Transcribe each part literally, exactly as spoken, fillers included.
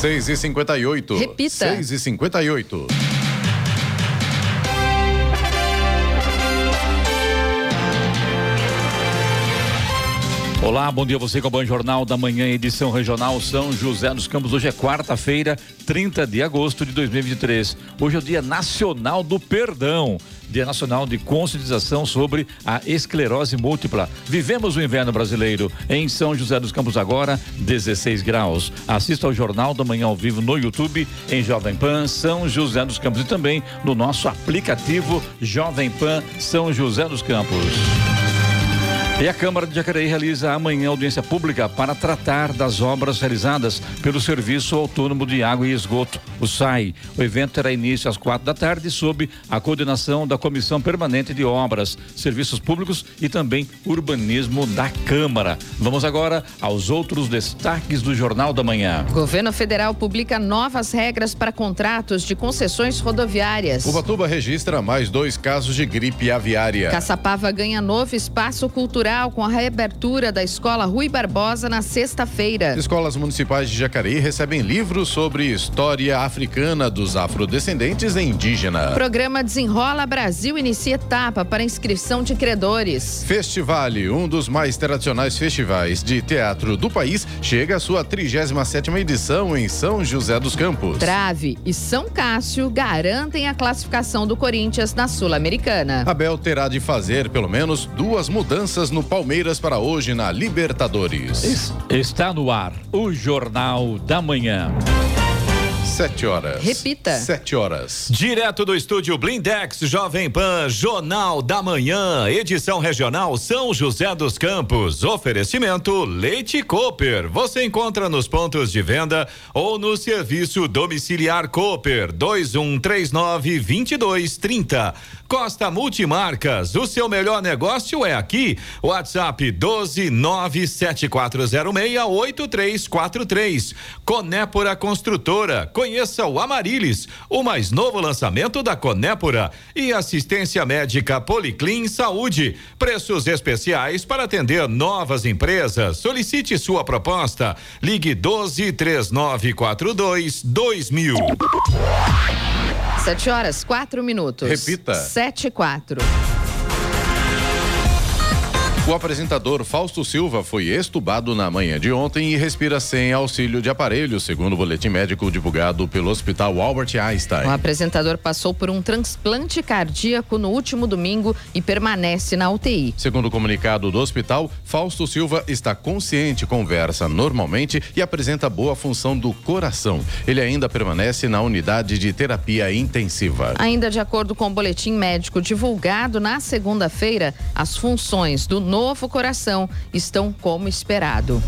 seis e cinquenta e oito. Repita. seis e cinquenta e oito. Olá, bom dia a você com o Bom Jornal da Manhã, edição regional São José dos Campos. Hoje é quarta-feira, trinta de agosto de dois mil e vinte e três. Hoje é o Dia Nacional do Perdão, Dia Nacional de Conscientização sobre a Esclerose Múltipla. Vivemos o inverno brasileiro. Em São José dos Campos agora, dezesseis graus. Assista ao Jornal da Manhã ao vivo no YouTube, em Jovem Pan São José dos Campos e também no nosso aplicativo Jovem Pan São José dos Campos. E a Câmara de Jacareí realiza amanhã audiência pública para tratar das obras realizadas pelo Serviço Autônomo de Água e Esgoto, o S A I. O evento terá início às quatro da tarde sob a coordenação da Comissão Permanente de Obras, Serviços Públicos e também Urbanismo da Câmara. Vamos agora aos outros destaques do Jornal da Manhã. Governo Federal publica novas regras para contratos de concessões rodoviárias. Ubatuba registra mais dois casos de gripe aviária. Caçapava ganha novo espaço cultural com a reabertura da Escola Rui Barbosa na sexta-feira. Escolas municipais de Jacareí recebem livros sobre história africana dos afrodescendentes e indígena. Programa Desenrola Brasil inicia etapa para inscrição de credores. Festivale, um dos mais tradicionais festivais de teatro do país, chega à sua trigésima sétima edição em São José dos Campos. Trave e São Cássio garantem a classificação do Corinthians na Sul-Americana. Abel terá de fazer pelo menos duas mudanças no Palmeiras para hoje na Libertadores. Está no ar o Jornal da Manhã. Sete horas. Repita. Sete horas. Direto do estúdio Blindex Jovem Pan, Jornal da Manhã, edição regional São José dos Campos. Oferecimento Leite Cooper. Você encontra nos pontos de venda ou no serviço domiciliar Cooper dois um três nove, dois dois três zero. Costa Multimarcas, o seu melhor negócio é aqui. WhatsApp doze nove sete quatro zero seis oito três quatro três. Conépora Construtora. Conheça o Amarilis, o mais novo lançamento da Conépora. E assistência médica Policlin Saúde. Preços especiais para atender novas empresas. Solicite sua proposta. Ligue doze três nove quatro dois dois mil. Sete horas, quatro minutos. Repita. Sete e quatro. O apresentador Fausto Silva foi extubado na manhã de ontem e respira sem auxílio de aparelho, segundo o boletim médico divulgado pelo Hospital Albert Einstein. O apresentador passou por um transplante cardíaco no último domingo e permanece na U T I. Segundo o comunicado do hospital, Fausto Silva está consciente, conversa normalmente e apresenta boa função do coração. Ele ainda permanece na unidade de terapia intensiva. Ainda de acordo com o boletim médico divulgado na segunda-feira, as funções do novo coração estão como esperado.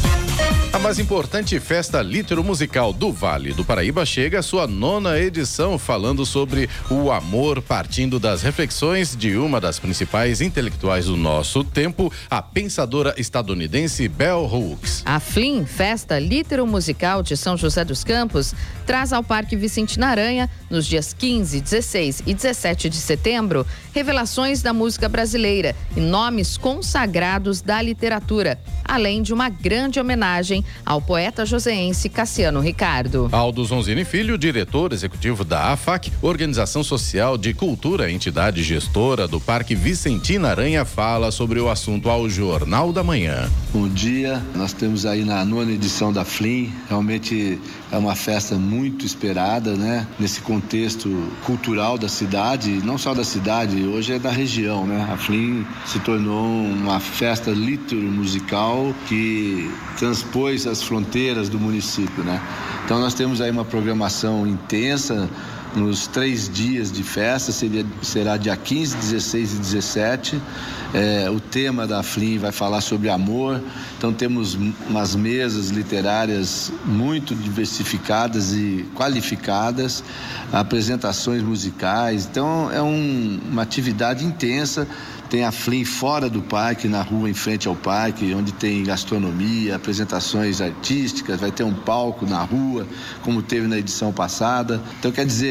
A mais importante festa litero-musical do Vale do Paraíba chega à sua nona edição, falando sobre o amor, partindo das reflexões de uma das principais intelectuais do nosso tempo, a pensadora estadunidense Bell Hooks. A F L I M, Festa Litero-Musical de São José dos Campos, traz ao Parque Vicente Naranha, nos dias quinze, dezesseis e dezessete de setembro, revelações da música brasileira e nomes consagrados da literatura, além de uma grande homenagem ao poeta joseense Cassiano Ricardo. Aldo Zonzini Filho, diretor executivo da A F A C, Organização Social de Cultura, entidade gestora do Parque Vicentina Aranha, fala sobre o assunto ao Jornal da Manhã. Bom dia, nós temos aí na nona edição da F L I M, realmente é uma festa muito esperada, né? Nesse contexto cultural da cidade, não só da cidade, hoje é da região, né? A F L I M se tornou uma festa litero-musical que transpôs as fronteiras do município, né? Então nós temos aí uma programação intensa nos três dias de festa, seria, será dia quinze, dezesseis e dezessete. É, o tema da F L I M vai falar sobre amor, então temos umas mesas literárias muito diversificadas e qualificadas, apresentações musicais, então é um, uma atividade intensa. Tem a F L I M fora do parque, na rua em frente ao parque, onde tem gastronomia, apresentações artísticas, vai ter um palco na rua, como teve na edição passada. Então, quer dizer,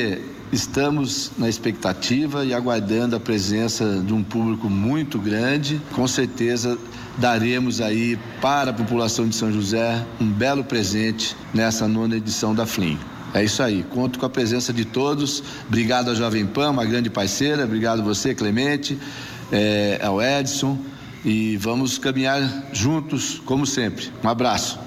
estamos na expectativa e aguardando a presença de um público muito grande. Com certeza daremos aí para a população de São José um belo presente nessa nona edição da Flim. É isso aí, conto com a presença de todos. Obrigado à Jovem Pan, uma grande parceira. Obrigado a você, Clemente, é, ao Edson. E vamos caminhar juntos, como sempre. Um abraço.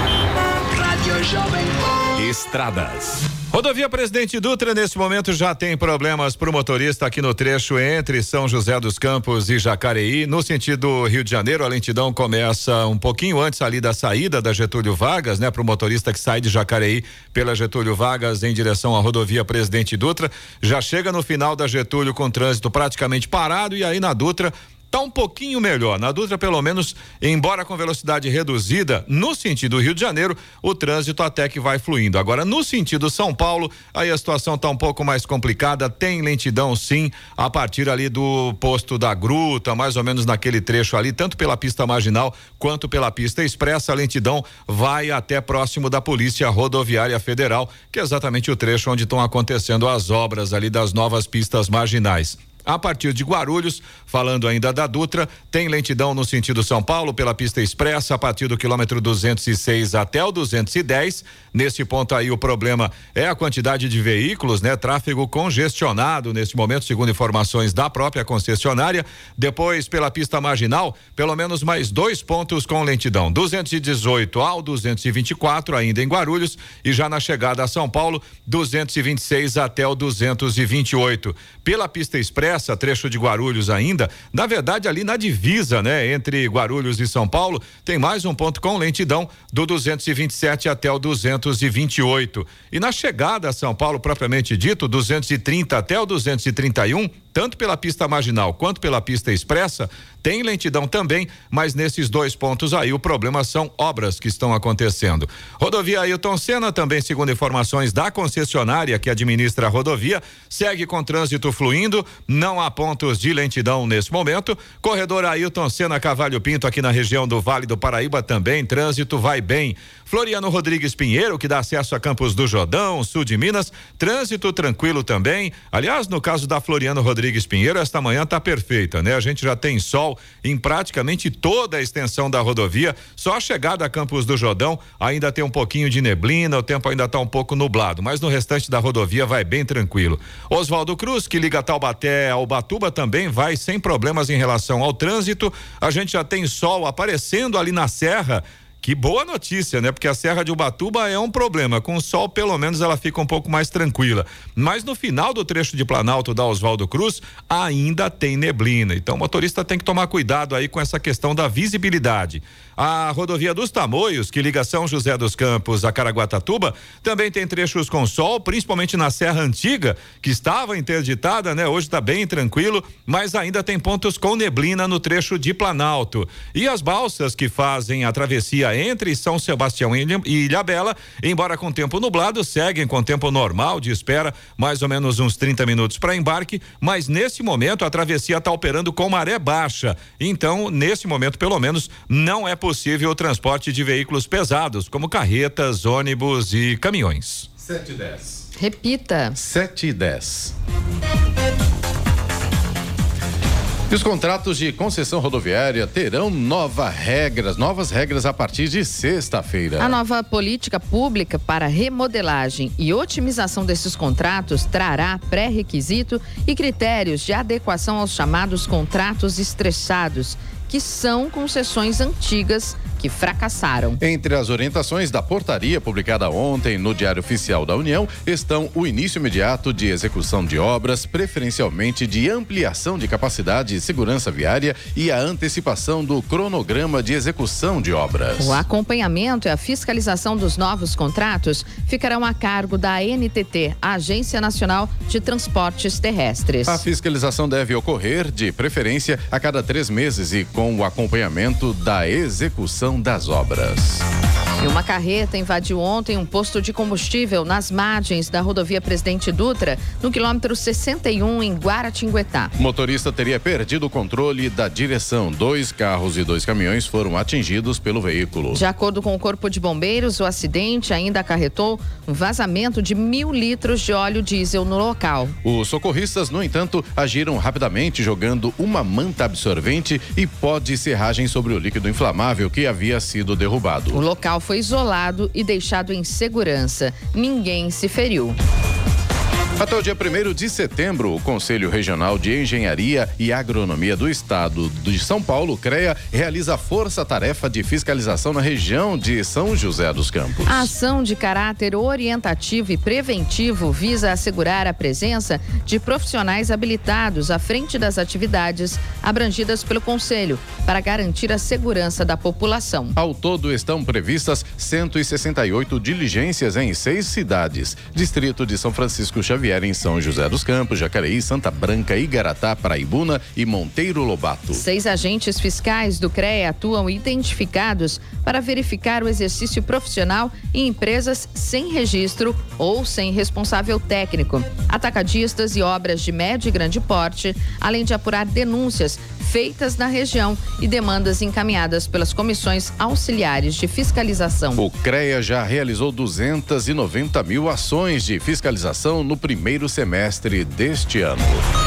Estradas. Rodovia Presidente Dutra, nesse momento, já tem problemas para o motorista aqui no trecho entre São José dos Campos e Jacareí. No sentido Rio de Janeiro, a lentidão começa um pouquinho antes ali da saída da Getúlio Vargas, né? Para o motorista que sai de Jacareí pela Getúlio Vargas em direção à rodovia Presidente Dutra. Já chega no final da Getúlio com trânsito praticamente parado, e aí na Dutra tá um pouquinho melhor. Na Dutra, pelo menos, embora com velocidade reduzida, no sentido Rio de Janeiro, o trânsito até que vai fluindo. Agora, no sentido São Paulo, aí a situação tá um pouco mais complicada, tem lentidão sim, a partir ali do posto da Gruta, mais ou menos naquele trecho ali, tanto pela pista marginal quanto pela pista expressa. A lentidão vai até próximo da Polícia Rodoviária Federal, que é exatamente o trecho onde estão acontecendo as obras ali das novas pistas marginais. A partir de Guarulhos, falando ainda da Dutra, tem lentidão no sentido São Paulo pela pista expressa a partir do quilômetro duzentos e seis até o duzentos e dez. Nesse ponto aí o problema é a quantidade de veículos, né? Tráfego congestionado nesse momento, segundo informações da própria concessionária. Depois, pela pista marginal, pelo menos mais dois pontos com lentidão, duzentos e dezoito ao duzentos e vinte e quatro ainda em Guarulhos, e já na chegada a São Paulo, duzentos e vinte e seis até o duzentos e vinte e oito. Pela pista expressa, trecho de Guarulhos ainda, na verdade ali na divisa, né, entre Guarulhos e São Paulo, tem mais um ponto com lentidão do duzentos e vinte e sete até o duzentos e vinte e oito. E na chegada a São Paulo propriamente dito, duzentos e trinta até o duzentos e trinta e um, tanto pela pista marginal quanto pela pista expressa, tem lentidão também, mas nesses dois pontos aí o problema são obras que estão acontecendo. Rodovia Ailton Senna, também segundo informações da concessionária que administra a rodovia, segue com trânsito fluindo, não há pontos de lentidão nesse momento. Corredor Ailton Senna Cavalho Pinto aqui na região do Vale do Paraíba também, trânsito vai bem. Floriano Rodrigues Pinheiro, que dá acesso a Campos do Jordão, sul de Minas, trânsito tranquilo também. Aliás, no caso da Floriano Rodrigues Pinheiro, esta manhã tá perfeita, né? A gente já tem sol em praticamente toda a extensão da rodovia, só a chegada a Campos do Jordão ainda tem um pouquinho de neblina, o tempo ainda tá um pouco nublado, mas no restante da rodovia vai bem tranquilo. Oswaldo Cruz, que liga Taubaté ao Ubatuba, também vai sem problemas em relação ao trânsito. A gente já tem sol aparecendo ali na serra. Que boa notícia, né? Porque a Serra de Ubatuba é um problema. Com o sol, pelo menos, ela fica um pouco mais tranquila. Mas no final do trecho de Planalto da Oswaldo Cruz, ainda tem neblina. Então, o motorista tem que tomar cuidado aí com essa questão da visibilidade. A rodovia dos Tamoios, que liga São José dos Campos a Caraguatatuba, também tem trechos com sol, principalmente na Serra Antiga, que estava interditada, né? Hoje está bem tranquilo, mas ainda tem pontos com neblina no trecho de Planalto. E as balsas que fazem a travessia entre São Sebastião e Ilhabela, embora com tempo nublado, seguem com tempo normal de espera, mais ou menos uns trinta minutos para embarque, mas nesse momento a travessia está operando com maré baixa. Então, nesse momento, pelo menos, não é possível o transporte de veículos pesados, como carretas, ônibus e caminhões. sete e dez. Repita. sete e dez. E os contratos de concessão rodoviária terão novas regras, novas regras a partir de sexta-feira. A nova política pública para remodelagem e otimização desses contratos trará pré-requisito e critérios de adequação aos chamados contratos estressados, que são concessões antigas que fracassaram. Entre as orientações da portaria publicada ontem no Diário Oficial da União estão o início imediato de execução de obras, preferencialmente de ampliação de capacidade e segurança viária, e a antecipação do cronograma de execução de obras. O acompanhamento e a fiscalização dos novos contratos ficarão a cargo da A N T T, a Agência Nacional de Transportes Terrestres. A fiscalização deve ocorrer, de preferência, a cada três meses e com o acompanhamento da execução das obras. E uma carreta invadiu ontem um posto de combustível nas margens da rodovia Presidente Dutra, no quilômetro sessenta e um, em Guaratinguetá. O motorista teria perdido o controle da direção. Dois carros e dois caminhões foram atingidos pelo veículo. De acordo com o Corpo de Bombeiros, o acidente ainda acarretou um vazamento de mil litros de óleo diesel no local. Os socorristas, no entanto, agiram rapidamente, jogando uma manta absorvente e pó de serragem sobre o líquido inflamável que havia sido derrubado. O local foi isolado e deixado em segurança. Ninguém se feriu. Até o dia primeiro de setembro, o Conselho Regional de Engenharia e Agronomia do Estado de São Paulo, CREA, realiza a força-tarefa de fiscalização na região de São José dos Campos. A ação de caráter orientativo e preventivo visa assegurar a presença de profissionais habilitados à frente das atividades abrangidas pelo Conselho, para garantir a segurança da população. Ao todo, estão previstas cento e sessenta e oito diligências em seis cidades: Distrito de São Francisco Xavier, em São José dos Campos, Jacareí, Santa Branca, Igaratá, Paraibuna e Monteiro Lobato. Seis agentes fiscais do CREA atuam identificados para verificar o exercício profissional em empresas sem registro ou sem responsável técnico, atacadistas e obras de médio e grande porte, além de apurar denúncias feitas na região e demandas encaminhadas pelas comissões auxiliares de fiscalização. O CREA já realizou duzentas e noventa mil ações de fiscalização no primeiro semestre deste ano.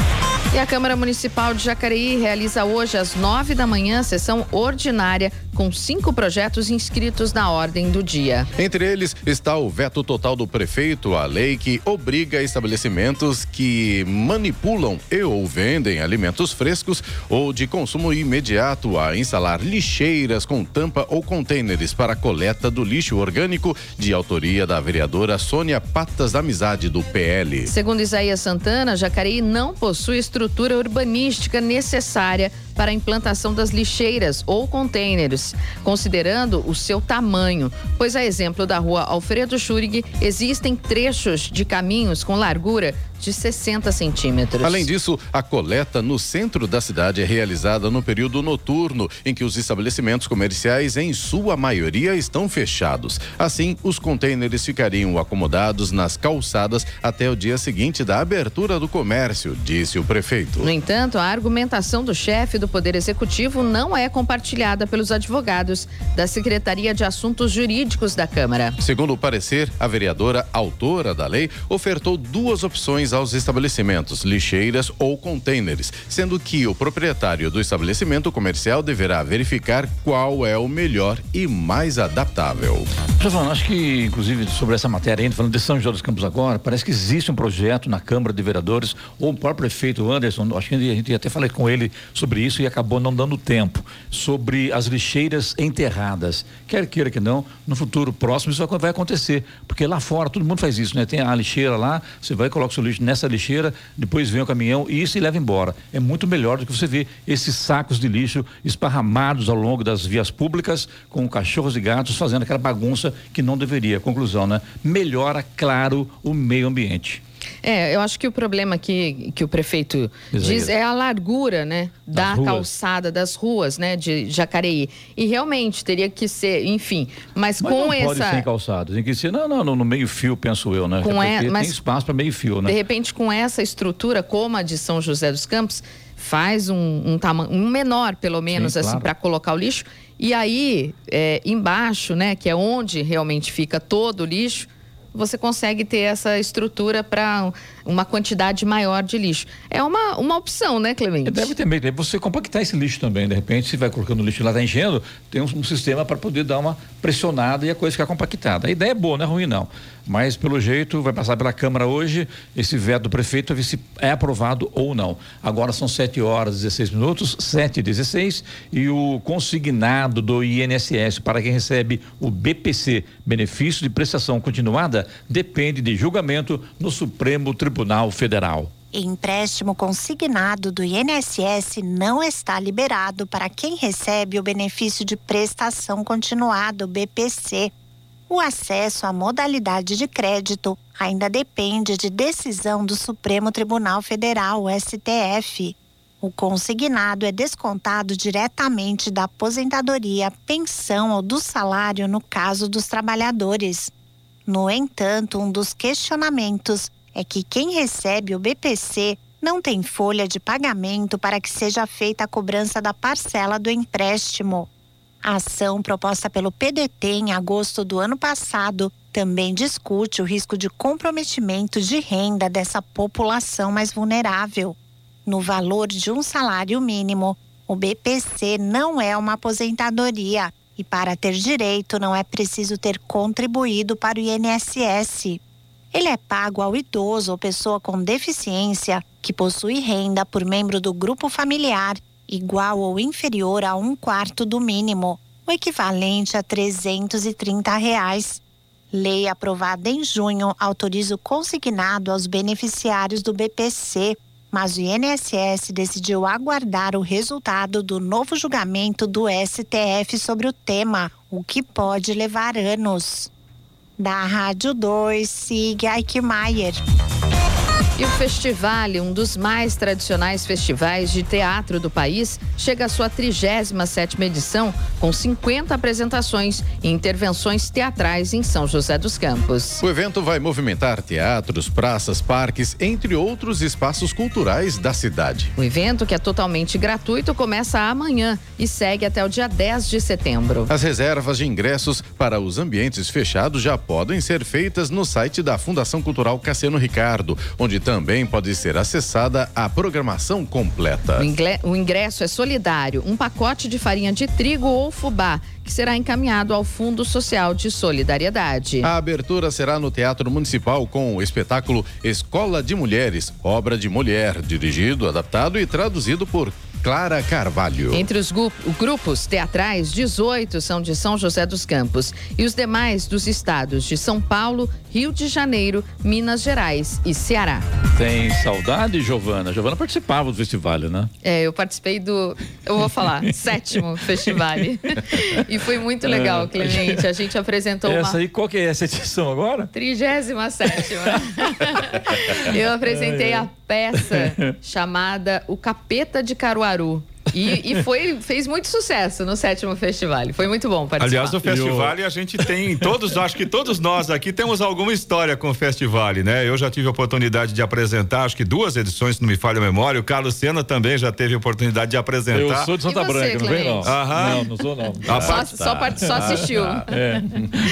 E a Câmara Municipal de Jacareí realiza hoje às nove da manhã sessão ordinária com cinco projetos inscritos na ordem do dia. Entre eles está o veto total do prefeito à lei que obriga estabelecimentos que manipulam e ou vendem alimentos frescos ou de consumo imediato a instalar lixeiras com tampa ou contêineres para a coleta do lixo orgânico, de autoria da vereadora Sônia Patas da Amizade, do P L. Segundo Isaías Santana, Jacareí não possui estrutura urbanística necessária para a implantação das lixeiras ou contêineres, considerando o seu tamanho, pois a exemplo da rua Alfredo Schurig, existem trechos de caminhos com largura de sessenta centímetros. Além disso, a coleta no centro da cidade é realizada no período noturno, em que os estabelecimentos comerciais, em sua maioria, estão fechados. Assim, os contêineres ficariam acomodados nas calçadas até o dia seguinte da abertura do comércio, disse o prefeito. No entanto, a argumentação do chefe do Poder Executivo não é compartilhada pelos advogados da Secretaria de Assuntos Jurídicos da Câmara. Segundo o parecer, a vereadora autora da lei ofertou duas opções aos estabelecimentos: lixeiras ou contêineres, sendo que o proprietário do estabelecimento comercial deverá verificar qual é o melhor e mais adaptável. Giovana, acho que, inclusive, sobre essa matéria, ainda falando de São José dos Campos agora, parece que existe um projeto na Câmara de Vereadores, ou o próprio prefeito Anderson, acho que a gente até falei com ele sobre isso e acabou não dando tempo, sobre as lixeiras enterradas. Quer queira que não, no futuro próximo isso vai acontecer, porque lá fora todo mundo faz isso, né? Tem a lixeira lá, você vai e coloca o seu lixo nessa lixeira, depois vem o caminhão e isso e leva embora. É muito melhor do que você ver esses sacos de lixo esparramados ao longo das vias públicas, com cachorros e gatos fazendo aquela bagunça que não deveria. Conclusão, né? Melhora, claro, o meio ambiente. É, eu acho que o problema que, que o prefeito Isaías. diz é a largura, né, da calçada, das ruas, né, de Jacareí. E realmente teria que ser, enfim, mas, mas com não essa... pode ser em calçada, tem que ser, não, não, no meio fio, penso eu, né? Com é, mas tem espaço para meio fio, né? De repente, com essa estrutura, como a de São José dos Campos, faz um, um tamanho, um menor, pelo menos, Sim, assim, claro. para colocar o lixo. E aí, é, embaixo, né, que é onde realmente fica todo o lixo, você consegue ter essa estrutura para uma quantidade maior de lixo. É uma, uma opção, né, Clemente? Deve ter meio. Você compactar esse lixo também, de repente, se vai colocando o lixo lá, está enchendo, tem um, um sistema para poder dar uma pressionada e a coisa ficar compactada. A ideia é boa, não é ruim não. Mas, pelo jeito, vai passar pela Câmara hoje, esse veto do prefeito, a ver se é aprovado ou não. Agora são sete horas e dezesseis minutos, sete e dezesseis, e o consignado do I N S S para quem recebe o B P C, benefício de prestação continuada, depende de julgamento no Supremo Tribunal Federal. Empréstimo consignado do I N S S não está liberado para quem recebe o benefício de prestação continuada, o B P C. O acesso à modalidade de crédito ainda depende de decisão do Supremo Tribunal Federal, o S T F. O consignado é descontado diretamente da aposentadoria, pensão ou do salário no caso dos trabalhadores. No entanto, um dos questionamentos é que quem recebe o B P C não tem folha de pagamento para que seja feita a cobrança da parcela do empréstimo. A ação proposta pelo P D T em agosto do ano passado também discute o risco de comprometimento de renda dessa população mais vulnerável. No valor de um salário mínimo, o B P C não é uma aposentadoria e, para ter direito, não é preciso ter contribuído para o I N S S. Ele é pago ao idoso ou pessoa com deficiência que possui renda por membro do grupo familiar igual ou inferior a um quarto do mínimo, o equivalente a trezentos e trinta reais. Lei aprovada em junho autoriza o consignado aos beneficiários do B P C, mas o I N S S decidiu aguardar o resultado do novo julgamento do S T F sobre o tema, o que pode levar anos. Da Rádio dois, Sig Eichmeier. E o Festivale, um dos mais tradicionais festivais de teatro do país, chega à sua trigésima sétima edição, com cinquenta apresentações e intervenções teatrais em São José dos Campos. O evento vai movimentar teatros, praças, parques, entre outros espaços culturais da cidade. O evento, que é totalmente gratuito, começa amanhã e segue até o dia dez de setembro. As reservas de ingressos para os ambientes fechados já podem ser feitas no site da Fundação Cultural Cassiano Ricardo, onde também pode ser acessada a programação completa. O ingresso é solidário, um pacote de farinha de trigo ou fubá, que será encaminhado ao Fundo Social de Solidariedade. A abertura será no Teatro Municipal com o espetáculo Escola de Mulheres, obra de mulher, dirigido, adaptado e traduzido por Clara Carvalho. Entre os grupos teatrais, dezoito são de São José dos Campos e os demais dos estados de São Paulo, Rio de Janeiro, Minas Gerais e Ceará. Tem saudade, Giovana? Giovana participava do festival, né? É, eu participei do, eu vou falar, sétimo festival. E foi muito legal, Clemente. A gente apresentou essa uma... aí, qual que é essa edição agora? Trigésima sétima. Eu apresentei a peça chamada O Capeta de Caruaru. E, e foi, fez muito sucesso no sétimo festival. Foi muito bom participar. Aliás, no festival a gente tem todos, acho que todos nós aqui temos alguma história com o festival, né? Eu já tive a oportunidade de apresentar, acho que duas edições, se não me falha a memória. O Carlos Sena também já teve a oportunidade de apresentar. Eu sou de Santa você, Branca, Clemente? não vem não. Aham. Não, não sou não. Ah, só, só, part... só assistiu. Ah, tá. É.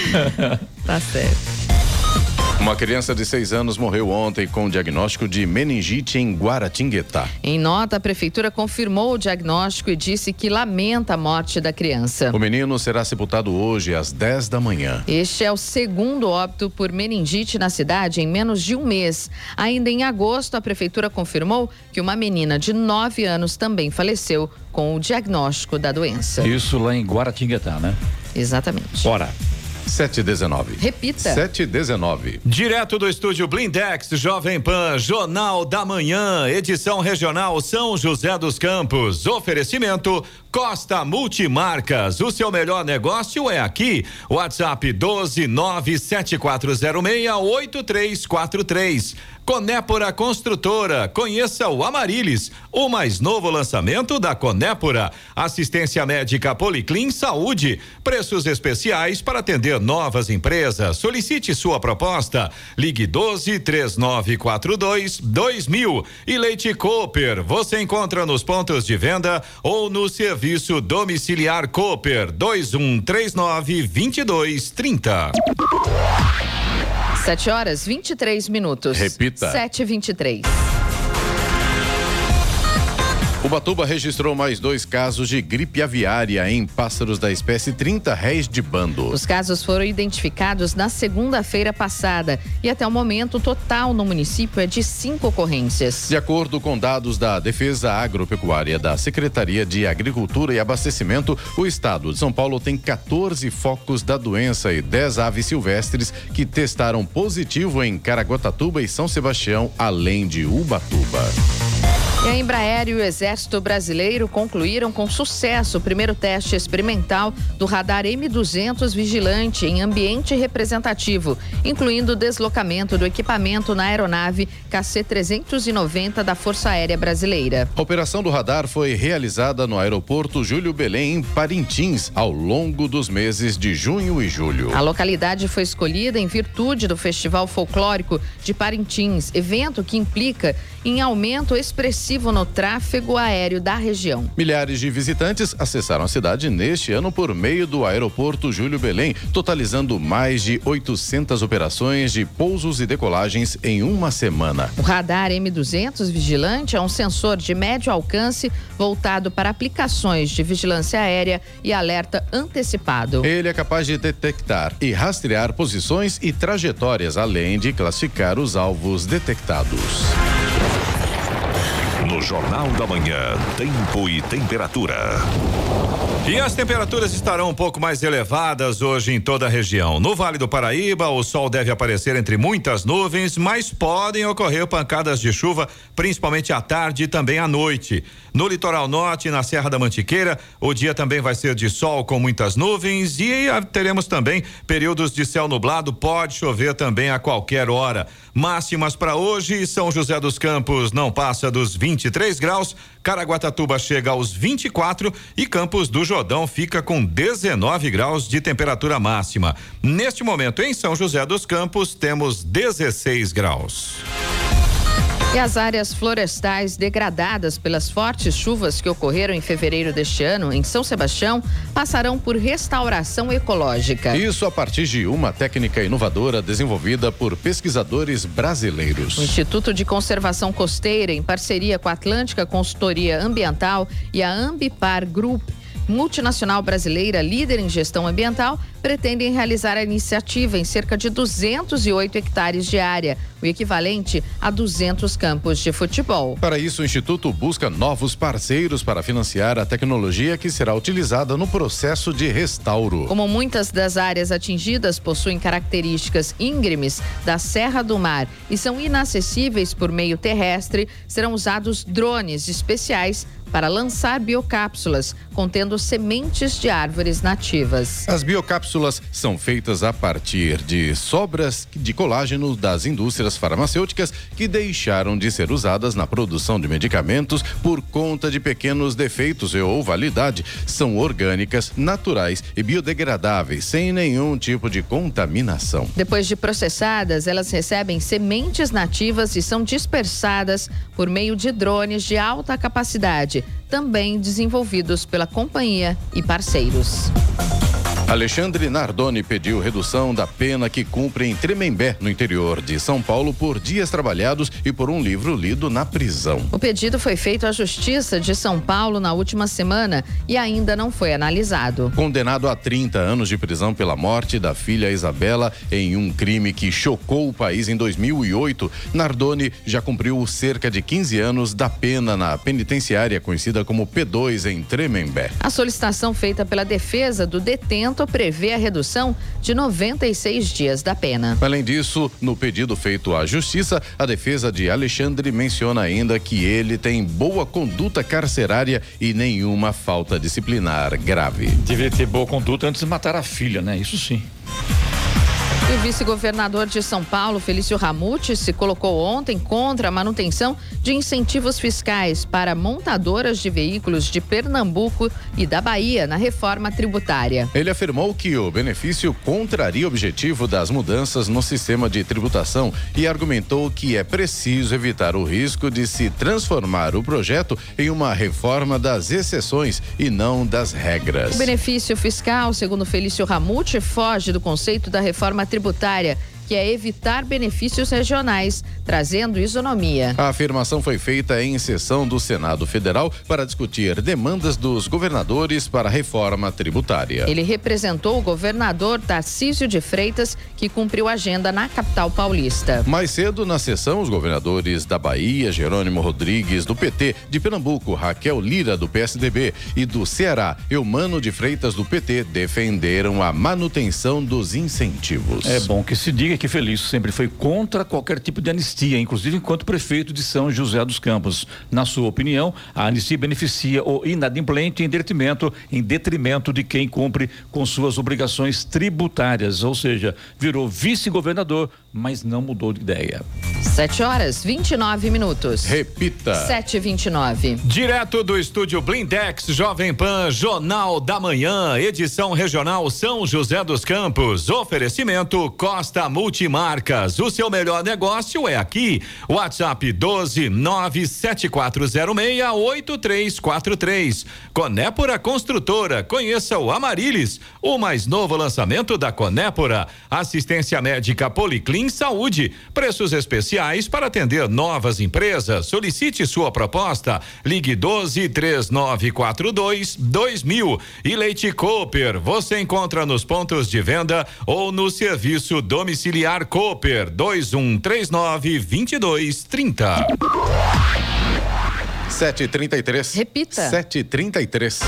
Tá certo. Uma criança de seis anos morreu ontem com diagnóstico de meningite em Guaratinguetá. Em nota, a prefeitura confirmou o diagnóstico e disse que lamenta a morte da criança. O menino será sepultado hoje às dez da manhã. Este é o segundo óbito por meningite na cidade em menos de um mês. Ainda em agosto, a prefeitura confirmou que uma menina de nove anos também faleceu com o diagnóstico da doença. Isso lá em Guaratinguetá, né? Exatamente. Bora. sete e dezenove. Repita. sete e dezenove. Direto do estúdio Blindex, Jovem Pan, Jornal da Manhã, edição regional São José dos Campos. Oferecimento Costa Multimarcas. O seu melhor negócio é aqui. WhatsApp doze nove sete quatro zero seis oito três quatro três. Conépora Construtora, conheça o Amarilis, o mais novo lançamento da Conépora. Assistência médica Policlin Saúde, preços especiais para atender novas empresas. Solicite sua proposta. Ligue doze três nove quatro dois dois mil. E Leite Cooper, você encontra nos pontos de venda ou no serviço domiciliar Cooper dois um três nove dois dois três zero. Sete horas, vinte e três minutos. Repita. Sete e vinte e três. Ubatuba registrou mais dois casos de gripe aviária em pássaros da espécie trinta réis de bando. Os casos foram identificados na segunda-feira passada e até o momento o total no município é de cinco ocorrências. De acordo com dados da Defesa Agropecuária da Secretaria de Agricultura e Abastecimento, o estado de São Paulo tem quatorze focos da doença e dez aves silvestres que testaram positivo em Caraguatatuba e São Sebastião, além de Ubatuba. E a Embraer e o Exército Brasileiro concluíram com sucesso o primeiro teste experimental do radar M duzentos Vigilante em ambiente representativo, incluindo o deslocamento do equipamento na aeronave K C trezentos e noventa da Força Aérea Brasileira. A operação do radar foi realizada no aeroporto Júlio Belém, em Parintins, ao longo dos meses de junho e julho. A localidade foi escolhida em virtude do Festival Folclórico de Parintins, evento que implica em aumento expressivo no tráfego aéreo da região. Milhares de visitantes acessaram a cidade neste ano por meio do aeroporto Júlio Belém, totalizando mais de oitocentas operações de pousos e decolagens em uma semana. O radar M duzentos Vigilante é um sensor de médio alcance voltado para aplicações de vigilância aérea e alerta antecipado. Ele é capaz de detectar e rastrear posições e trajetórias, além de classificar os alvos detectados. No Jornal da Manhã, tempo e temperatura. E as temperaturas estarão um pouco mais elevadas hoje em toda a região. No Vale do Paraíba, o sol deve aparecer entre muitas nuvens, mas podem ocorrer pancadas de chuva, principalmente à tarde e também à noite. No litoral norte e na Serra da Mantiqueira, o dia também vai ser de sol com muitas nuvens e teremos também períodos de céu nublado, pode chover também a qualquer hora. Máximas para hoje, São José dos Campos não passa dos vinte e três graus, Caraguatatuba chega aos vinte e quatro e Campos do Jordão fica com dezenove graus de temperatura máxima. Neste momento, em São José dos Campos, temos dezesseis graus. E as áreas florestais degradadas pelas fortes chuvas que ocorreram em fevereiro deste ano em São Sebastião passarão por restauração ecológica. Isso a partir de uma técnica inovadora desenvolvida por pesquisadores brasileiros. O Instituto de Conservação Costeira, em parceria com a Atlântica Consultoria Ambiental e a Ambipar Group, multinacional brasileira líder em gestão ambiental, pretendem realizar a iniciativa em cerca de duzentos e oito hectares de área, o equivalente a duzentos campos de futebol. Para isso, o Instituto busca novos parceiros para financiar a tecnologia que será utilizada no processo de restauro. Como muitas das áreas atingidas possuem características íngremes da Serra do Mar e são inacessíveis por meio terrestre, serão usados drones especiais para lançar biocápsulas contendo sementes de árvores nativas. As biocápsulas são feitas a partir de sobras de colágeno das indústrias farmacêuticas que deixaram de ser usadas na produção de medicamentos por conta de pequenos defeitos ou validade. São orgânicas, naturais e biodegradáveis, sem nenhum tipo de contaminação. Depois de processadas, elas recebem sementes nativas e são dispersadas por meio de drones de alta capacidade, também desenvolvidos pela companhia e parceiros. Alexandre Nardoni pediu redução da pena que cumpre em Tremembé, no interior de São Paulo, por dias trabalhados e por um livro lido na prisão. O pedido foi feito à Justiça de São Paulo na última semana e ainda não foi analisado. Condenado a trinta anos de prisão pela morte da filha Isabela em um crime que chocou o país em dois mil e oito, Nardoni já cumpriu cerca de quinze anos da pena na penitenciária conhecida como P dois em Tremembé. A solicitação feita pela defesa do detento prevê a redução de noventa e seis dias da pena. Além disso, no pedido feito à Justiça, a defesa de Alexandre menciona ainda que ele tem boa conduta carcerária e nenhuma falta disciplinar grave. Deveria ter boa conduta antes de matar a filha, né? Isso sim. E o vice-governador de São Paulo, Felício Ramute, se colocou ontem contra a manutenção de incentivos fiscais para montadoras de veículos de Pernambuco e da Bahia na reforma tributária. Ele afirmou que o benefício contraria o objetivo das mudanças no sistema de tributação e argumentou que é preciso evitar o risco de se transformar o projeto em uma reforma das exceções e não das regras. O benefício fiscal, segundo Felício Ramute, foge do conceito da reforma tributária tributária, que é evitar benefícios regionais, trazendo isonomia. A afirmação foi feita em sessão do Senado Federal para discutir demandas dos governadores para a reforma tributária. Ele representou o governador Tarcísio de Freitas, que cumpriu a agenda na capital paulista. Mais cedo, na sessão, os governadores da Bahia, Jerônimo Rodrigues, do P T, de Pernambuco, Raquel Lira, do P S D B, e do Ceará, Eumano de Freitas, do P T, defenderam a manutenção dos incentivos. É bom que se diga que feliz, sempre foi contra qualquer tipo de anistia, inclusive enquanto prefeito de São José dos Campos. Na sua opinião, a anistia beneficia o inadimplente em detrimento, em detrimento de quem cumpre com suas obrigações tributárias, ou seja, virou vice-governador, mas não mudou de ideia. sete horas, vinte e nove minutos. Repita. sete e vinte e nove. Direto do estúdio Blindex, Jovem Pan, Jornal da Manhã, edição regional São José dos Campos. Oferecimento Costa Multimarcas. O seu melhor negócio é aqui. WhatsApp doze nove sete quatro zero seis oito três quatro três. Conépora Construtora. Conheça o Amarilis, o mais novo lançamento da Conépora. Assistência médica Policlin Saúde. Preços especiais para atender novas empresas. Solicite sua proposta. Ligue doze três nove quatro dois dois mil. E Leite Cooper. Você encontra nos pontos de venda ou no serviço domiciliar Cooper dois um três nove dois dois três zero. sete e trinta e três. Repita. sete e trinta e três.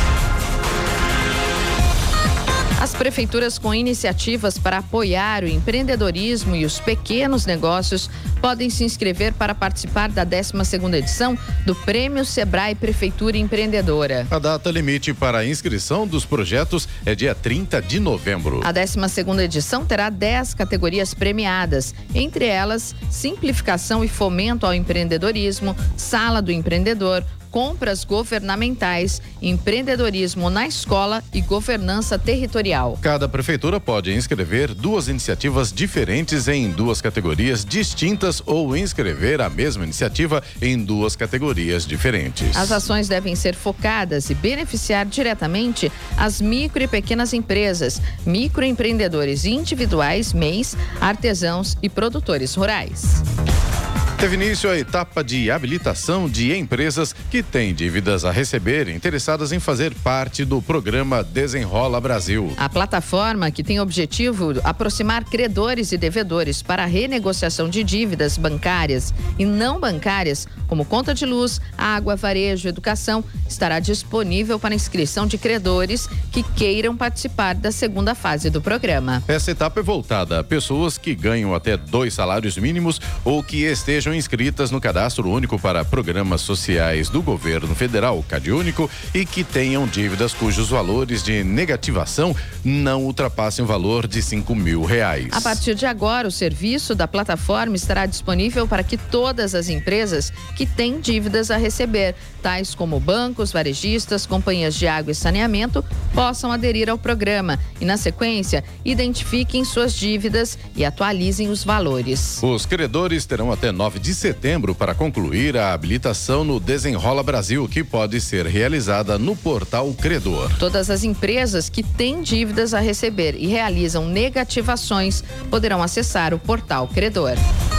As prefeituras com iniciativas para apoiar o empreendedorismo e os pequenos negócios podem se inscrever para participar da décima segunda edição do Prêmio Sebrae Prefeitura Empreendedora. A data limite para a inscrição dos projetos é dia trinta de novembro. A décima segunda edição terá dez categorias premiadas, entre elas simplificação e fomento ao empreendedorismo, sala do empreendedor, compras governamentais, empreendedorismo na escola e governança territorial. Cada prefeitura pode inscrever duas iniciativas diferentes em duas categorias distintas ou inscrever a mesma iniciativa em duas categorias diferentes. As ações devem ser focadas e beneficiar diretamente as micro e pequenas empresas, microempreendedores individuais, M E Is, artesãos e produtores rurais. Teve início a etapa de habilitação de empresas que têm dívidas a receber interessadas em fazer parte do programa Desenrola Brasil. A plataforma, que tem o objetivo de aproximar credores e devedores para a renegociação de dívidas bancárias e não bancárias, como conta de luz, água, varejo, educação, estará disponível para inscrição de credores que queiram participar da segunda fase do programa. Essa etapa é voltada a pessoas que ganham até dois salários mínimos ou que estejam inscritas no Cadastro Único para Programas Sociais do Governo Federal, CadÚnico, e que tenham dívidas cujos valores de negativação não ultrapassem o valor de cinco mil reais. A partir de agora, o serviço da plataforma estará disponível para que todas as empresas que têm dívidas a receber, tais como bancos, varejistas, companhias de água e saneamento, possam aderir ao programa e, na sequência, identifiquem suas dívidas e atualizem os valores. Os credores terão até nove de setembro para concluir a habilitação no Desenrola Brasil, que pode ser realizada no portal Credor. Todas as empresas que têm dívidas a receber e realizam negativações poderão acessar o portal Credor.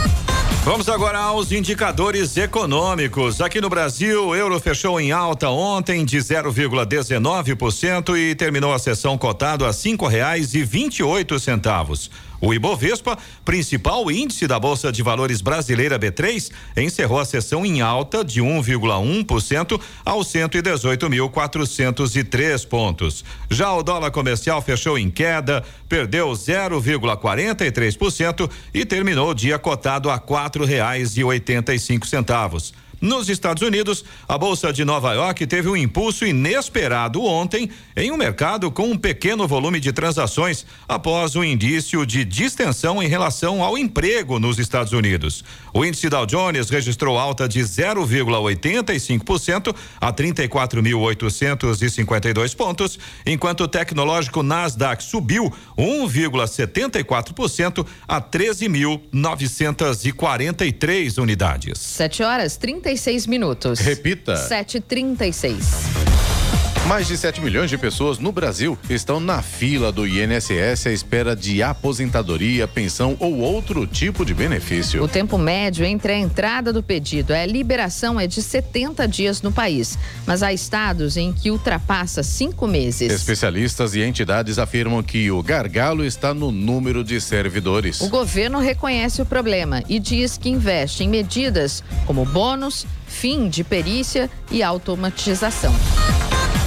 Vamos agora aos indicadores econômicos. Aqui no Brasil, o euro fechou em alta ontem de zero vírgula dezenove por cento e terminou a sessão cotado a cinco reais e vinte e oito centavos. O Ibovespa, principal índice da Bolsa de Valores brasileira B três, encerrou a sessão em alta de um vírgula um por cento aos cento e dezoito mil quatrocentos e três pontos. Já o dólar comercial fechou em queda, perdeu zero vírgula quarenta e três por cento e terminou o dia cotado a quatro reais e oitenta e cinco centavos. Nos Estados Unidos, a Bolsa de Nova York teve um impulso inesperado ontem em um mercado com um pequeno volume de transações após um indício de distensão em relação ao emprego nos Estados Unidos. O índice Dow Jones registrou alta de zero vírgula oitenta e cinco por cento a trinta e quatro mil oitocentos e cinquenta e dois pontos, enquanto o tecnológico Nasdaq subiu um vírgula setenta e quatro por cento a treze mil novecentos e quarenta e três unidades. sete horas, trinta e seis minutos. Repita. sete e trinta e seis. Mais de sete milhões de pessoas no Brasil estão na fila do I N S S à espera de aposentadoria, pensão ou outro tipo de benefício. O tempo médio entre a entrada do pedido e a liberação é de setenta dias no país, mas há estados em que ultrapassa cinco meses. Especialistas e entidades afirmam que o gargalo está no número de servidores. O governo reconhece o problema e diz que investe em medidas como bônus, fim de perícia e automatização.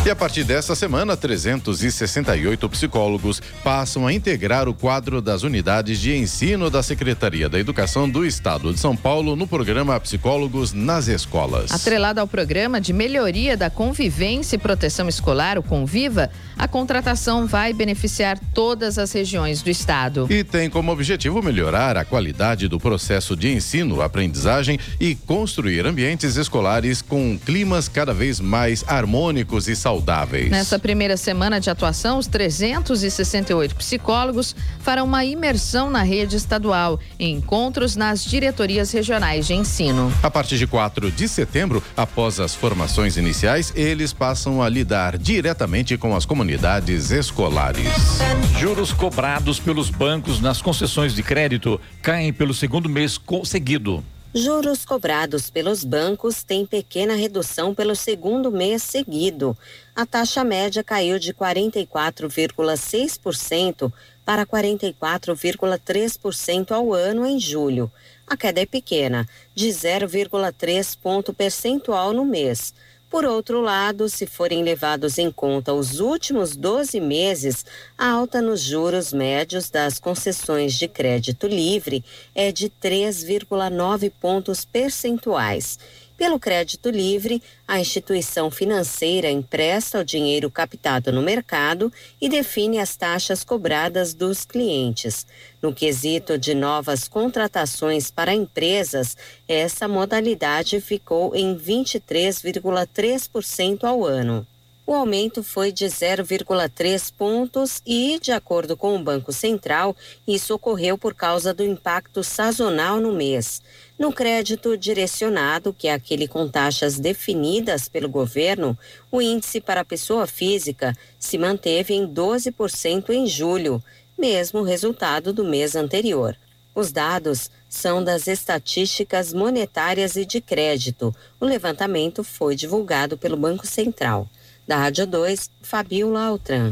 E a partir desta semana, trezentos e sessenta e oito psicólogos passam a integrar o quadro das unidades de ensino da Secretaria da Educação do Estado de São Paulo no programa Psicólogos nas Escolas. Atrelado ao programa de melhoria da convivência e proteção escolar, o Conviva, a contratação vai beneficiar todas as regiões do estado. E tem como objetivo melhorar a qualidade do processo de ensino, aprendizagem e construir ambientes escolares com climas cada vez mais harmônicos e saudáveis. Nessa primeira semana de atuação, os trezentos e sessenta e oito psicólogos farão uma imersão na rede estadual em encontros nas diretorias regionais de ensino. A partir de quatro de setembro, após as formações iniciais, eles passam a lidar diretamente com as comunidades escolares. Juros cobrados pelos bancos nas concessões de crédito caem pelo segundo mês seguido. Juros cobrados pelos bancos têm pequena redução pelo segundo mês seguido. A taxa média caiu de quarenta e quatro vírgula seis por cento para quarenta e quatro vírgula três por cento ao ano em julho. A queda é pequena, de zero vírgula três ponto percentual no mês. Por outro lado, se forem levados em conta os últimos doze meses, a alta nos juros médios das concessões de crédito livre é de três vírgula nove pontos percentuais. Pelo crédito livre, a instituição financeira empresta o dinheiro captado no mercado e define as taxas cobradas dos clientes. No quesito de novas contratações para empresas, essa modalidade ficou em vinte e três vírgula três por cento ao ano. O aumento foi de zero vírgula três pontos e, de acordo com o Banco Central, isso ocorreu por causa do impacto sazonal no mês. No crédito direcionado, que é aquele com taxas definidas pelo governo, o índice para a pessoa física se manteve em doze por cento em julho, mesmo resultado do mês anterior. Os dados são das estatísticas monetárias e de crédito. O levantamento foi divulgado pelo Banco Central. Da Rádio dois, Fabiola Altran.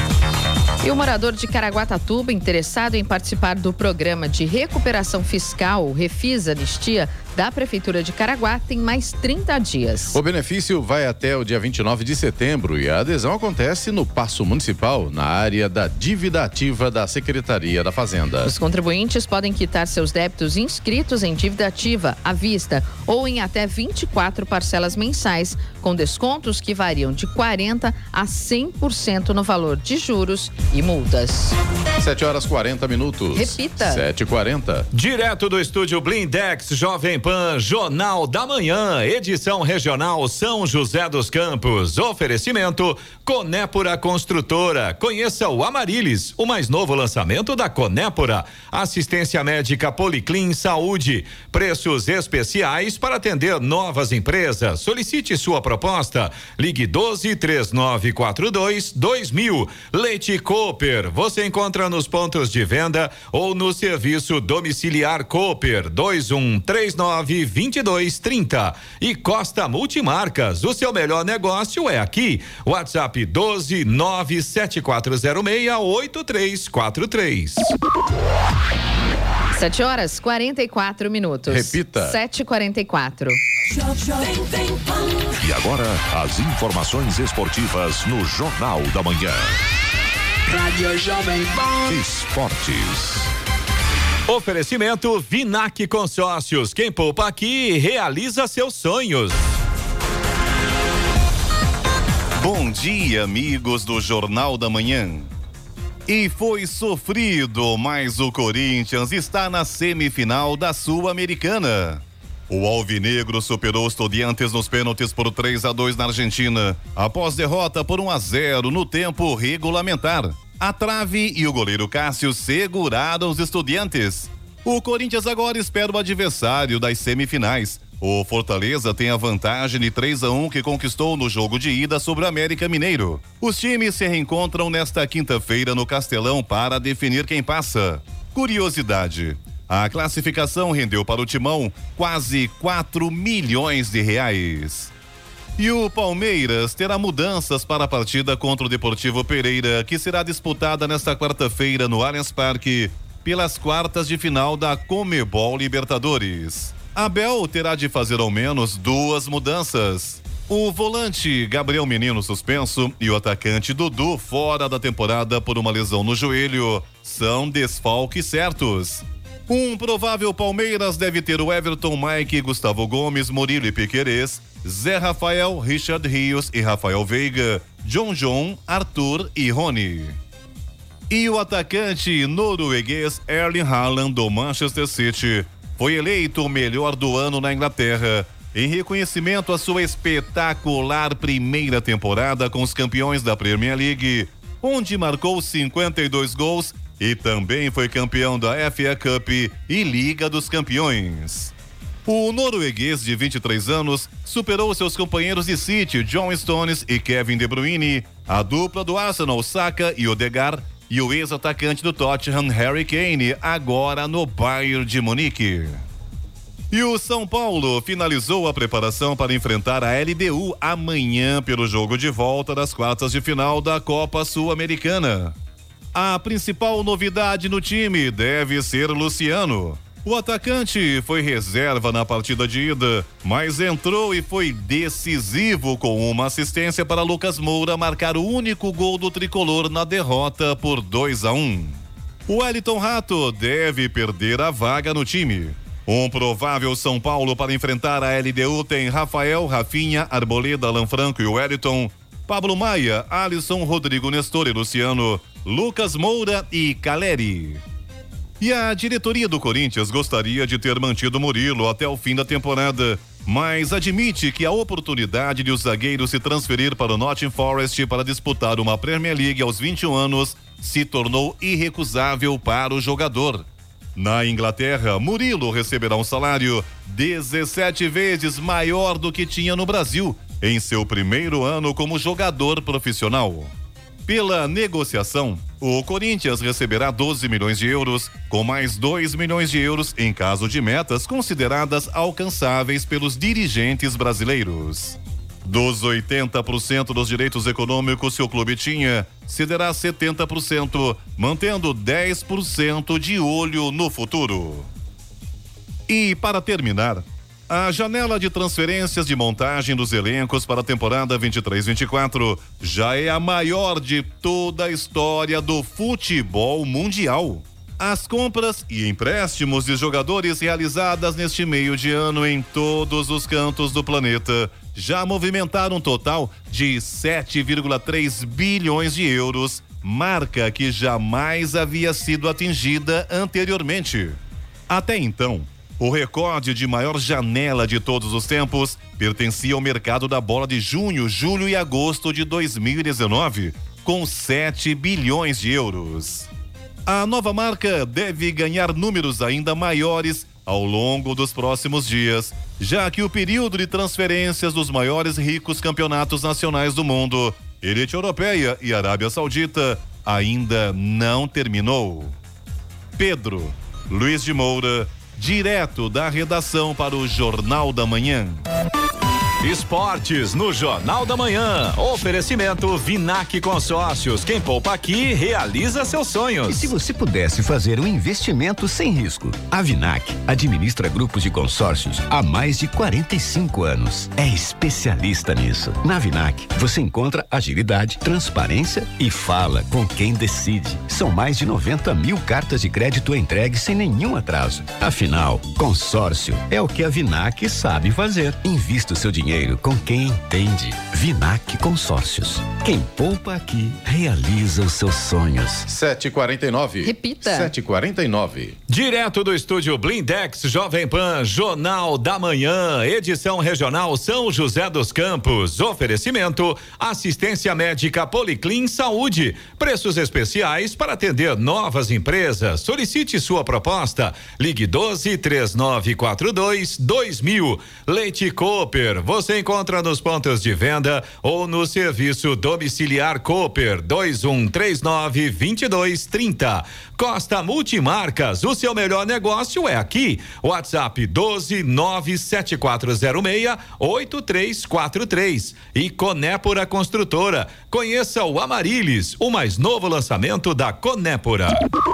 E o morador de Caraguatatuba, interessado em participar do programa de recuperação fiscal, o Refis Anistia, da Prefeitura de Caraguá, tem mais trinta dias. O benefício vai até o dia vinte e nove de setembro e a adesão acontece no Paço Municipal, na área da dívida ativa da Secretaria da Fazenda. Os contribuintes podem quitar seus débitos inscritos em dívida ativa, à vista, ou em até vinte e quatro parcelas mensais, com descontos que variam de quarenta por cento a cem por cento no valor de juros e multas. sete horas e quarenta minutos. Repita. sete e quarenta. Direto do estúdio Blindex Jovem Pan, Jornal da Manhã, edição regional São José dos Campos. Oferecimento Conépora Construtora. Conheça o Amarilis, o mais novo lançamento da Conépora. Assistência médica Policlin Saúde. Preços especiais para atender novas empresas. Solicite sua proposta. Ligue doze, três nove quatro dois, dois mil. Leite Cooper. Você encontra nos pontos de venda ou no serviço domiciliar Cooper dois um três nove, dois dois três zero. E Costa Multimarcas, o seu melhor negócio é aqui. WhatsApp doze, nove sete quatro zero seis, oito três quatro três. sete horas e quarenta e quatro minutos. Repita. sete e quarenta e quatro. E agora, as informações esportivas no Jornal da Manhã. Rádio Jovem Pan. Esportes. Oferecimento Vinac Consórcios. Quem poupa aqui realiza seus sonhos. Bom dia, amigos do Jornal da Manhã. E foi sofrido, mas o Corinthians está na semifinal da Sul-Americana. O alvinegro superou os Estudiantes nos pênaltis por três a dois na Argentina, após derrota por um a zero no tempo regulamentar. A trave e o goleiro Cássio seguraram os Estudiantes. O Corinthians agora espera o adversário das semifinais. O Fortaleza tem a vantagem de três a um que conquistou no jogo de ida sobre o América Mineiro. Os times se reencontram nesta quinta-feira no Castelão para definir quem passa. Curiosidade: a classificação rendeu para o Timão quase quatro milhões de reais. E o Palmeiras terá mudanças para a partida contra o Deportivo Pereira, que será disputada nesta quarta-feira no Allianz Parque, pelas quartas de final da Conmebol Libertadores. Abel terá de fazer ao menos duas mudanças. O volante Gabriel Menino suspenso e o atacante Dudu fora da temporada por uma lesão no joelho são desfalques certos. Um provável Palmeiras deve ter o Everton, Mike, Gustavo Gomes, Murilo e Piquerez, Zé Rafael, Richard Rios e Rafael Veiga, John John, Arthur e Rony. E o atacante norueguês Erling Haaland do Manchester City foi eleito o melhor do ano na Inglaterra, em reconhecimento à sua espetacular primeira temporada com os campeões da Premier League, onde marcou cinquenta e dois gols e também foi campeão da F A Cup e Liga dos Campeões. O norueguês de vinte e três anos superou seus companheiros de City, John Stones e Kevin De Bruyne, a dupla do Arsenal, Saka e Odegaard, e o ex-atacante do Tottenham, Harry Kane, agora no Bayern de Munique. E o São Paulo finalizou a preparação para enfrentar a L D U amanhã pelo jogo de volta das quartas de final da Copa Sul-Americana. A principal novidade no time deve ser Luciano. O atacante foi reserva na partida de ida, mas entrou e foi decisivo com uma assistência para Lucas Moura marcar o único gol do tricolor na derrota por dois a um. O Wellington Rato deve perder a vaga no time. Um provável São Paulo para enfrentar a L D U tem Rafael, Rafinha, Arboleda, Alan Franco e Wellington, Pablo Maia, Alisson, Rodrigo Nestor e Luciano, Lucas Moura e Caleri. E a diretoria do Corinthians gostaria de ter mantido Murilo até o fim da temporada, mas admite que a oportunidade de o zagueiro se transferir para o Nottingham Forest para disputar uma Premier League aos vinte e um anos se tornou irrecusável para o jogador. Na Inglaterra, Murilo receberá um salário dezessete vezes maior do que tinha no Brasil em seu primeiro ano como jogador profissional. Pela negociação, o Corinthians receberá doze milhões de euros, com mais dois milhões de euros em caso de metas consideradas alcançáveis pelos dirigentes brasileiros. Dos oitenta por cento dos direitos econômicos que o clube tinha, cederá setenta por cento, mantendo dez por cento de olho no futuro. E para terminar, a janela de transferências de montagem dos elencos para a temporada vinte e três vinte e quatro já é a maior de toda a história do futebol mundial. As compras e empréstimos de jogadores realizadas neste meio de ano em todos os cantos do planeta já movimentaram um total de sete vírgula três bilhões de euros, marca que jamais havia sido atingida anteriormente. Até então, o recorde de maior janela de todos os tempos pertencia ao mercado da bola de junho, julho e agosto de dois mil e dezenove, com sete bilhões de euros. A nova marca deve ganhar números ainda maiores ao longo dos próximos dias, já que o período de transferências dos maiores ricos campeonatos nacionais do mundo, elite europeia e Arábia Saudita, ainda não terminou. Pedro Luiz de Moura, direto da redação para o Jornal da Manhã. Esportes no Jornal da Manhã. Oferecimento Vinac Consórcios. Quem poupa aqui realiza seus sonhos. E se você pudesse fazer um investimento sem risco? A Vinac administra grupos de consórcios há mais de quarenta e cinco anos. É especialista nisso. Na Vinac, você encontra agilidade, transparência e fala com quem decide. São mais de noventa mil cartas de crédito entregues sem nenhum atraso. Afinal, consórcio é o que a Vinac sabe fazer. Invista o seu dinheiro com quem entende. Vinac Consórcios. Quem poupa aqui realiza os seus sonhos. sete e quarenta e nove. Repita. sete e quarenta e nove. Direto do estúdio Blindex Jovem Pan, Jornal da Manhã, edição regional São José dos Campos. Oferecimento: assistência médica Policlin Saúde. Preços especiais para atender novas empresas. Solicite sua proposta. Ligue doze, três nove quatro dois, dois mil. Leite Cooper. Você encontra nos pontos de venda ou no serviço domiciliar Cooper dois um três nove, dois dois três zero. Costa Multimarcas, o seu melhor negócio é aqui. WhatsApp doze, nove sete quatro zero seis, oito três quatro três. E Conépora Construtora. Conheça o Amarilis, o mais novo lançamento da Conépora.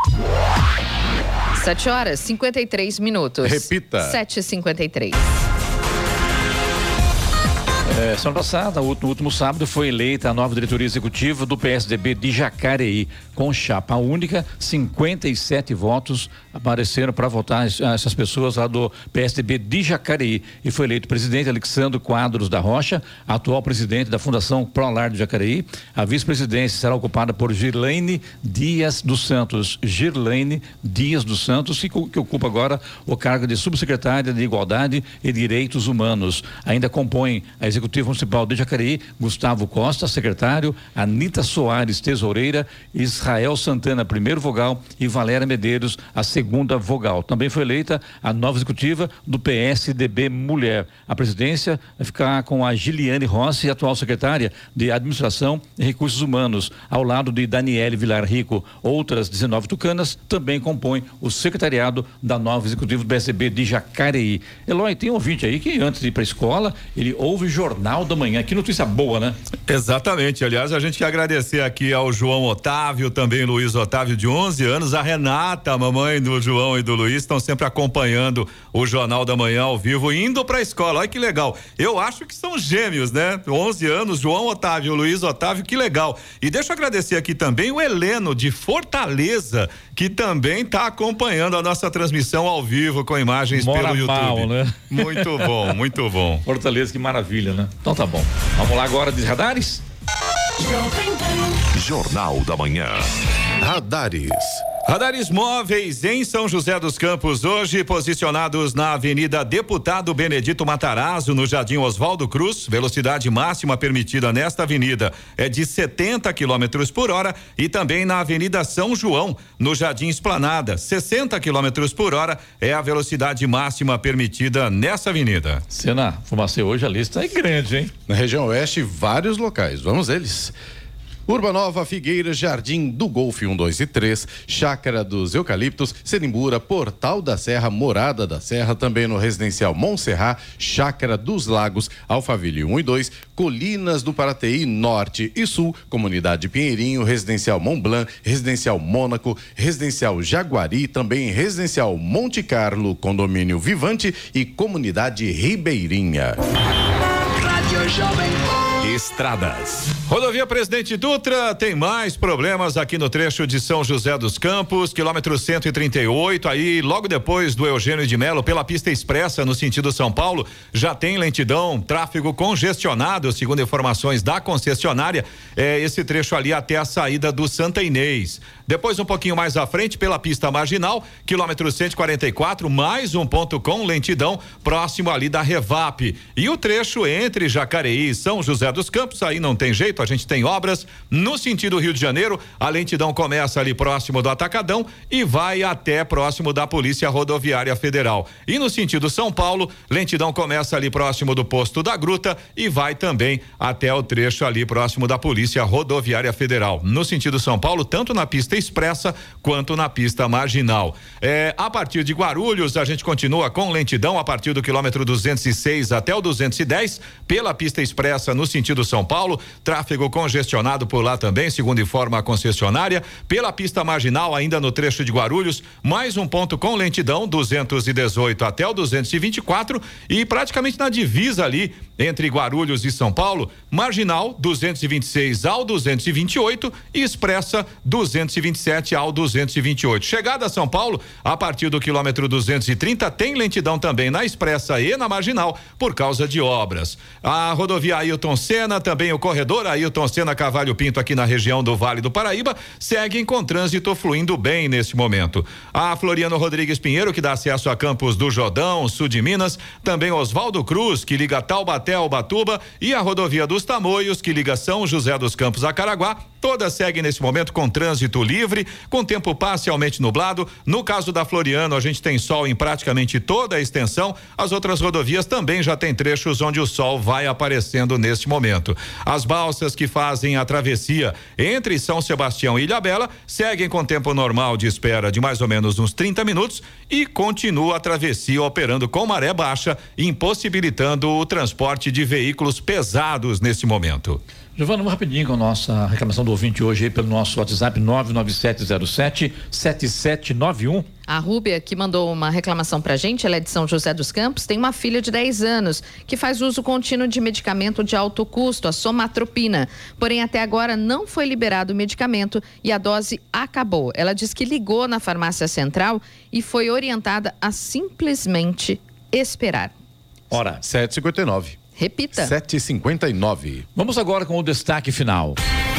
sete horas e cinquenta e três minutos. Repita. sete e cinquenta e três. É, semana passada, no último sábado, foi eleita a nova diretoria executiva do P S D B de Jacareí, com chapa única, cinquenta e sete votos apareceram para votar essas pessoas lá do P S D B de Jacareí. E foi eleito o presidente Alexandre Quadros da Rocha, atual presidente da Fundação Prolar de Jacareí. A vice-presidência será ocupada por Girlaine Dias dos Santos. Girlaine Dias dos Santos, que, que ocupa agora o cargo de subsecretária de Igualdade e Direitos Humanos. Ainda compõem a executiva municipal de Jacareí, Gustavo Costa, secretário, Anita Soares, tesoureira, Israel Santana, primeiro vogal, e Valéria Medeiros, a segunda vogal. Também foi eleita a nova executiva do P S D B Mulher. A presidência vai ficar com a Giliane Rossi, atual secretária de Administração e Recursos Humanos, ao lado de Daniele Vilar Rico. Outras dezenove tucanas também compõem o secretariado da nova executiva do P S D B de Jacareí. Eloy, tem um ouvinte aí que antes de ir para a escola, ele ouve o Jornal da Manhã. Que notícia boa, né? Exatamente. Aliás, a gente quer agradecer aqui ao João Otávio, também Luiz Otávio, de onze anos, a Renata, a mamãe do João e do Luiz, estão sempre acompanhando o Jornal da Manhã ao vivo, indo para a escola. Olha que legal. Eu acho que são gêmeos, né? onze anos, João Otávio, Luiz Otávio, que legal. E deixa eu agradecer aqui também o Heleno, de Fortaleza, que também está acompanhando a nossa transmissão ao vivo com imagens Mora pelo YouTube. mal, né? Muito bom, muito bom. Fortaleza, que maravilha, né? Então tá bom. Vamos lá agora de radares? Jornal da Manhã. Radares. Radares móveis em São José dos Campos, hoje posicionados na Avenida Deputado Benedito Matarazzo, no Jardim Oswaldo Cruz. Velocidade máxima permitida nesta avenida é de setenta quilômetros por hora, e também na Avenida São João, no Jardim Esplanada, sessenta quilômetros por hora é a velocidade máxima permitida nessa avenida. Cena, Fumacê, hoje a lista é grande, hein? Na região oeste, vários locais. Vamos eles. Urbanova, Figueira, Jardim do Golfe um, dois e três, Chácara dos Eucaliptos, Serimbura, Portal da Serra, Morada da Serra, também no Residencial Montserrat, Chácara dos Lagos, Alphaville um e dois, Colinas do Paraty Norte e Sul, Comunidade Pinheirinho, Residencial Mont Blanc, Residencial Mônaco, Residencial Jaguari, também Residencial Monte Carlo, Condomínio Vivante e Comunidade Ribeirinha. Rádio Jovem Pan. Estradas. Rodovia Presidente Dutra tem mais problemas aqui no trecho de São José dos Campos, quilômetro cento e trinta e oito, aí logo depois do Eugênio de Melo, pela pista expressa no sentido São Paulo, já tem lentidão, tráfego congestionado, segundo informações da concessionária, é esse trecho ali até a saída do Santa Inês. Depois, um pouquinho mais à frente, pela pista marginal, quilômetro cento e quarenta e quatro, mais um ponto com lentidão próximo ali da Revap. E o trecho entre Jacareí e São José dos Campos, aí não tem jeito, a gente tem obras no sentido Rio de Janeiro. A lentidão começa ali próximo do Atacadão e vai até próximo da Polícia Rodoviária Federal. E no sentido São Paulo, lentidão começa ali próximo do posto da Gruta e vai também até o trecho ali próximo da Polícia Rodoviária Federal. No sentido São Paulo, tanto na pista expressa quanto na pista marginal. É, a partir de Guarulhos, a gente continua com lentidão a partir do quilômetro duzentos e seis até o duzentos e dez, pela pista expressa no sentido São Paulo, tráfego congestionado por lá também, segundo informa a concessionária. Pela pista marginal, ainda no trecho de Guarulhos, mais um ponto com lentidão, duzentos e dezoito até o duzentos e vinte e quatro, e praticamente na divisa ali entre Guarulhos e São Paulo, marginal duzentos e vinte e seis ao duzentos e vinte e oito e expressa duzentos e vinte e sete ao duzentos e vinte e oito. Chegada a São Paulo, a partir do quilômetro duzentos e trinta, tem lentidão também na expressa e na marginal por causa de obras. A rodovia Ailton Senna, também o corredor Ailton Senna Cavalho Pinto aqui na região do Vale do Paraíba, seguem com trânsito fluindo bem nesse momento. A Floriano Rodrigues Pinheiro, que dá acesso a Campos do Jordão, sul de Minas, também Oswaldo Cruz, que liga Taubaté ao Ubatuba, e a rodovia dos Tamoios, que liga São José dos Campos a Caraguá, todas seguem nesse momento com trânsito livre, com tempo parcialmente nublado. No caso da Floriano, a gente tem sol em praticamente toda a extensão. As outras rodovias também já tem trechos onde o sol vai aparecendo neste momento. As balsas que fazem a travessia entre São Sebastião e Ilhabela seguem com tempo normal de espera de mais ou menos uns trinta minutos e continua a travessia operando com maré baixa, impossibilitando o transporte de veículos pesados nesse momento. Giovana, vamos rapidinho com a nossa reclamação do ouvinte hoje aí pelo nosso WhatsApp nove nove sete zero sete sete sete nove um. A Rúbia, que mandou uma reclamação pra gente, ela é de São José dos Campos, tem uma filha de dez anos que faz uso contínuo de medicamento de alto custo, a somatropina. Porém, até agora não foi liberado o medicamento e a dose acabou. Ela diz que ligou na farmácia central e foi orientada a simplesmente esperar. Hora. sete e cinquenta e nove. Repita. sete e cinquenta e nove. Vamos agora com o destaque final.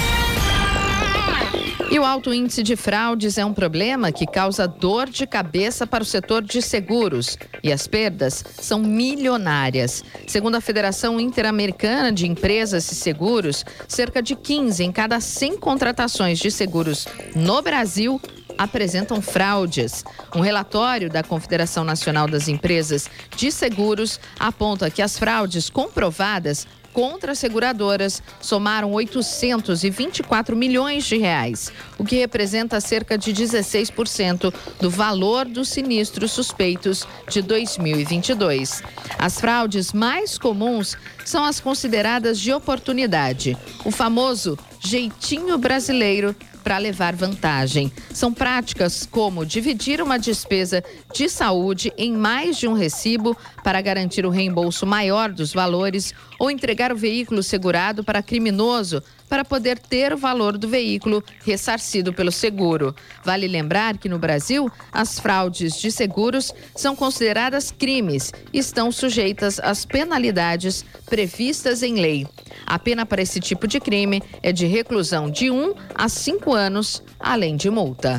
E o alto índice de fraudes é um problema que causa dor de cabeça para o setor de seguros. E as perdas são milionárias. Segundo a Federação Interamericana de Empresas e Seguros, cerca de quinze em cada cem contratações de seguros no Brasil apresentam fraudes. Um relatório da Confederação Nacional das Empresas de Seguros aponta que as fraudes comprovadas contra as seguradoras somaram oitocentos e vinte e quatro milhões de reais, o que representa cerca de dezesseis por cento do valor dos sinistros suspeitos de dois mil e vinte e dois. As fraudes mais comuns são as consideradas de oportunidade, o famoso jeitinho brasileiro para levar vantagem. São práticas como dividir uma despesa de saúde em mais de um recibo para garantir o reembolso maior dos valores ou entregar o veículo segurado para criminoso para poder ter o valor do veículo ressarcido pelo seguro. Vale lembrar que no Brasil, as fraudes de seguros são consideradas crimes e estão sujeitas às penalidades previstas em lei. A pena para esse tipo de crime é de reclusão de um a cinco anos, além de multa.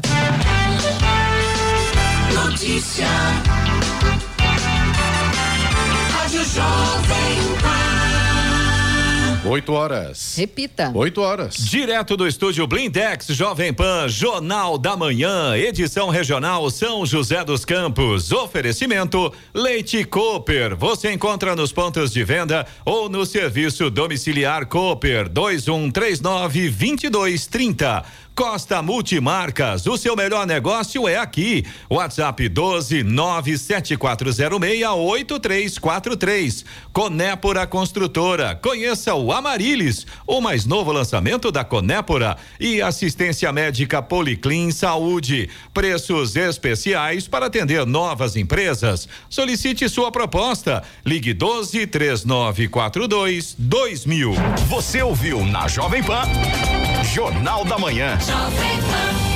Notícia. Rádio Jovem Pan. oito horas. Repita. oito horas. Direto do estúdio Blindex Jovem Pan, Jornal da Manhã, edição regional São José dos Campos. Oferecimento Leite Cooper. Você encontra nos pontos de venda ou no serviço domiciliar Cooper dois um três nove, dois dois três zero. Costa Multimarcas, o seu melhor negócio é aqui. WhatsApp doze nove sete quatro zero seis oito três quatro três. Conépora Construtora, conheça o Amarilis, o mais novo lançamento da Conépora. E assistência médica Policlin Saúde, preços especiais para atender novas empresas. Solicite sua proposta, ligue doze três nove quatro dois dois mil. Você ouviu na Jovem Pan Jornal da Manhã. Jovem Pan.